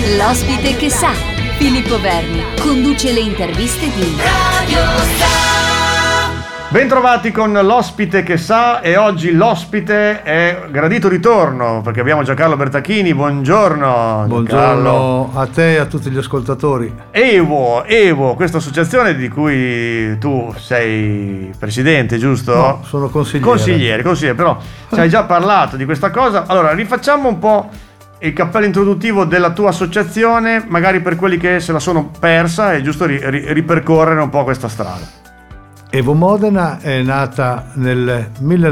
L'ospite che sa. Filippo Verni conduce le interviste di Radio Sa. Bentrovati con l'ospite che sa, e oggi l'ospite è gradito ritorno perché abbiamo Giancarlo Bertachini. Buongiorno. Buongiorno a te e a tutti gli ascoltatori. Evo, questa associazione di cui tu sei presidente, giusto? No, sono consigliere. Consigliere, però ci hai già parlato di questa cosa. Allora, rifacciamo un po' il cappello introduttivo della tua associazione, magari per quelli che se la sono persa, è giusto ripercorrere un po' questa strada. Evo Modena è nata nel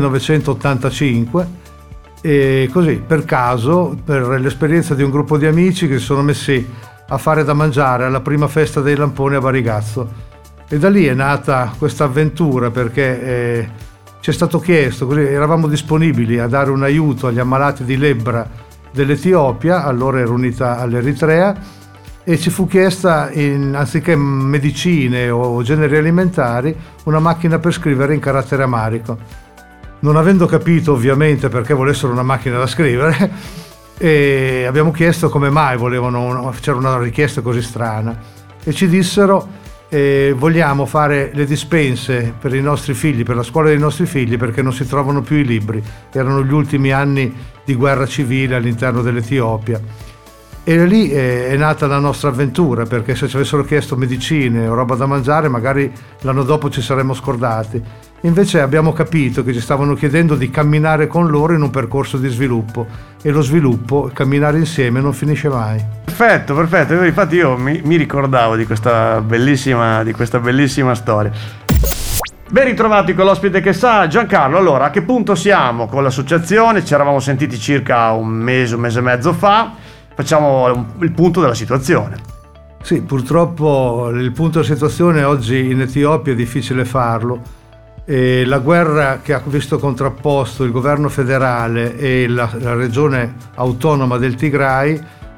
1985 e così per caso, per l'esperienza di un gruppo di amici che si sono messi a fare da mangiare alla prima festa dei lamponi a Barigazzo, e da lì è nata questa avventura perché ci è stato chiesto, così eravamo disponibili a dare un aiuto agli ammalati di lebbra dell'Etiopia, allora era unita all'Eritrea, e ci fu chiesta, anziché medicine o generi alimentari, una macchina per scrivere in carattere amarico. Non avendo capito ovviamente perché volessero una macchina da scrivere, e abbiamo chiesto come mai c'era una richiesta così strana, e ci dissero vogliamo fare le dispense per i nostri figli, per la scuola dei nostri figli, perché non si trovano più i libri. Erano gli ultimi anni di guerra civile all'interno dell'Etiopia. E lì è nata la nostra avventura, perché se ci avessero chiesto medicine o roba da mangiare magari l'anno dopo ci saremmo scordati. Invece abbiamo capito che ci stavano chiedendo di camminare con loro in un percorso di sviluppo, e lo sviluppo, camminare insieme, non finisce mai. Perfetto. Infatti io mi ricordavo di questa bellissima storia. Ben ritrovati con l'ospite che sa. Giancarlo, allora a che punto siamo con l'associazione? Ci eravamo sentiti circa un mese e mezzo fa. Facciamo il punto della situazione. Sì, purtroppo il punto della situazione oggi in Etiopia è difficile farlo. E la guerra che ha visto contrapposto il governo federale e la regione autonoma del Tigray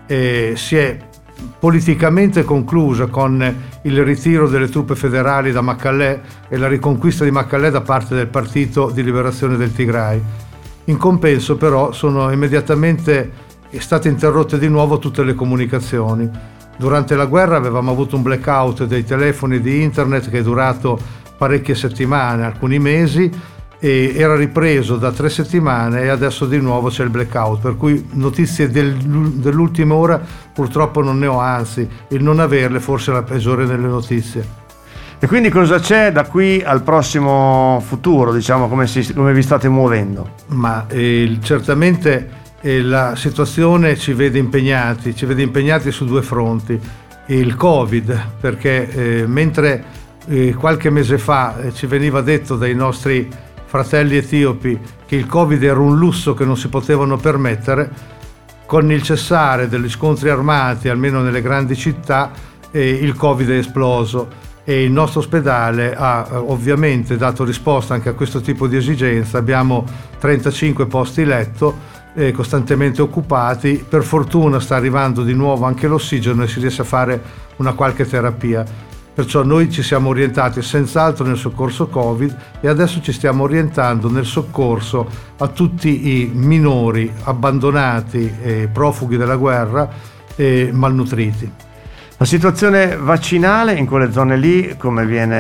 si è politicamente conclusa con il ritiro delle truppe federali da Mekelle e la riconquista di Mekelle da parte del Partito di Liberazione del Tigray. In compenso però sono immediatamente state interrotte di nuovo tutte le comunicazioni. Durante la guerra avevamo avuto un blackout dei telefoni e di internet che è durato parecchie settimane, alcuni mesi, e era ripreso da 3 settimane e adesso di nuovo c'è il blackout, per cui notizie dell'ultima ora purtroppo non ne ho, anzi il non averle forse è la peggiore delle notizie. E quindi cosa c'è da qui al prossimo futuro, diciamo, come vi state muovendo? Ma certamente la situazione ci vede impegnati su 2 fronti. Il Covid, perché mentre qualche mese fa ci veniva detto dai nostri fratelli etiopi che il Covid era un lusso che non si potevano permettere, con il cessare degli scontri armati, almeno nelle grandi città, il Covid è esploso, e il nostro ospedale ha ovviamente dato risposta anche a questo tipo di esigenza. Abbiamo 35 posti letto costantemente occupati. Per fortuna sta arrivando di nuovo anche l'ossigeno e si riesce a fare una qualche terapia. Perciò noi ci siamo orientati senz'altro nel soccorso Covid, e adesso ci stiamo orientando nel soccorso a tutti i minori abbandonati e profughi della guerra e malnutriti. La situazione vaccinale in quelle zone lì com'è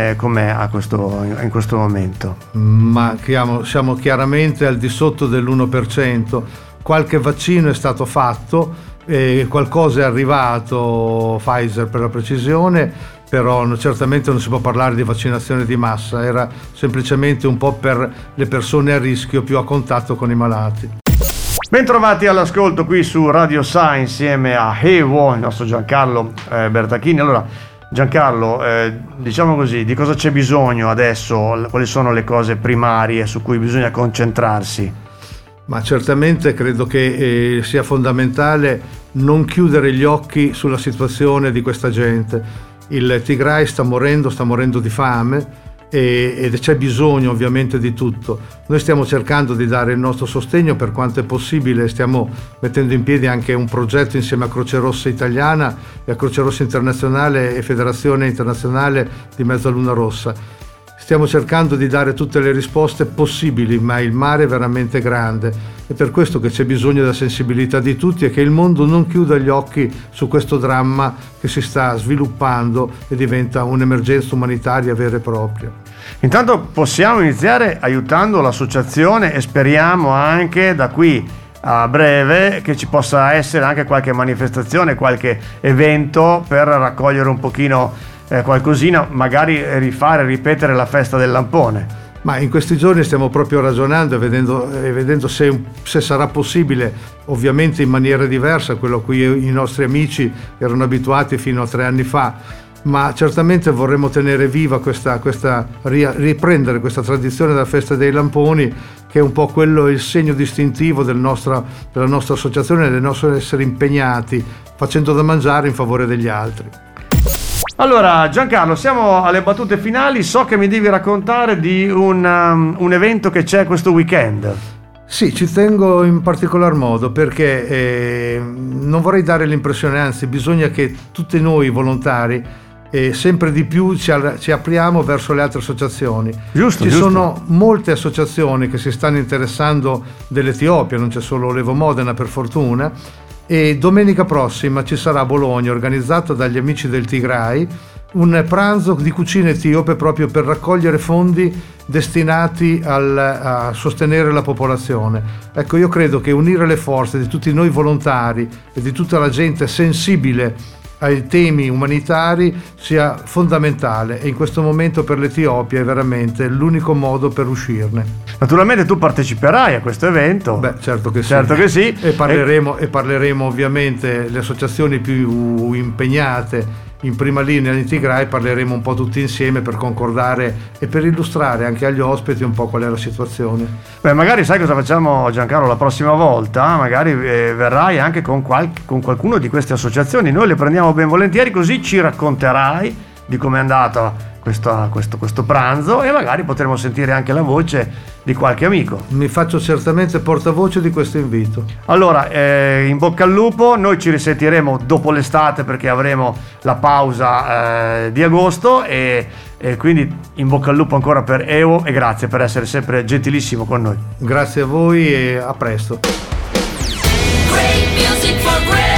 in questo momento? Ma siamo chiaramente al di sotto dell'1%. Qualche vaccino è stato fatto, qualcosa è arrivato, Pfizer per la precisione, però certamente non si può parlare di vaccinazione di massa, era semplicemente un po' per le persone a rischio, più a contatto con i malati. Bentrovati all'ascolto qui su Radio Sa insieme a Evo, il nostro Giancarlo Bertachini. Allora Giancarlo, diciamo così, di cosa c'è bisogno adesso? Quali sono le cose primarie su cui bisogna concentrarsi? Ma certamente credo che sia fondamentale non chiudere gli occhi sulla situazione di questa gente. Il Tigray sta morendo di fame, e c'è bisogno ovviamente di tutto. Noi stiamo cercando di dare il nostro sostegno per quanto è possibile, stiamo mettendo in piedi anche un progetto insieme a Croce Rossa Italiana e a Croce Rossa Internazionale e Federazione Internazionale di Mezzaluna Rossa. stiamo cercando di dare tutte le risposte possibili, ma il mare è veramente grande. È per questo che c'è bisogno della sensibilità di tutti e che il mondo non chiuda gli occhi su questo dramma che si sta sviluppando e diventa un'emergenza umanitaria vera e propria. Intanto possiamo iniziare aiutando l'associazione e speriamo anche da qui a breve che ci possa essere anche qualche manifestazione, qualche evento per raccogliere un pochino qualcosina, magari ripetere la festa del lampone. Ma in questi giorni stiamo proprio ragionando e vedendo se sarà possibile, ovviamente in maniera diversa a quello a cui i nostri amici erano abituati fino a 3 anni fa, ma certamente vorremmo tenere viva riprendere questa tradizione della festa dei lamponi, che è un po' quello, il segno distintivo della nostra associazione, del nostro essere impegnati, facendo da mangiare in favore degli altri. Allora Giancarlo, siamo alle battute finali, so che mi devi raccontare di un evento che c'è questo weekend. Sì, ci tengo in particolar modo perché non vorrei dare l'impressione, anzi bisogna che tutti noi volontari sempre di più ci apriamo verso le altre associazioni. Ci sono molte associazioni che si stanno interessando dell'Etiopia, non c'è solo Levo Modena per fortuna, e domenica prossima ci sarà a Bologna, organizzato dagli amici del Tigray, un pranzo di cucina etiope proprio per raccogliere fondi destinati a sostenere la popolazione. Ecco, io credo che unire le forze di tutti noi volontari e di tutta la gente sensibile ai temi umanitari sia fondamentale, e in questo momento per l'Etiopia è veramente l'unico modo per uscirne. Naturalmente tu parteciperai a questo evento. Beh, certo che sì. E parleremo ovviamente le associazioni più impegnate in prima linea di Tigray, parleremo un po' tutti insieme per concordare e per illustrare anche agli ospiti un po' qual è la situazione. Beh, magari sai cosa facciamo, Giancarlo, la prossima volta? Magari verrai anche con qualcuno di queste associazioni, noi le prendiamo ben volentieri, così ci racconterai di com'è andata questo pranzo e magari potremo sentire anche la voce di qualche amico. Mi faccio certamente portavoce di questo invito. Allora, in bocca al lupo, noi ci risentiremo dopo l'estate perché avremo la pausa di agosto e quindi in bocca al lupo ancora per Evo e grazie per essere sempre gentilissimo con noi. Grazie a voi e a presto. Great music for great.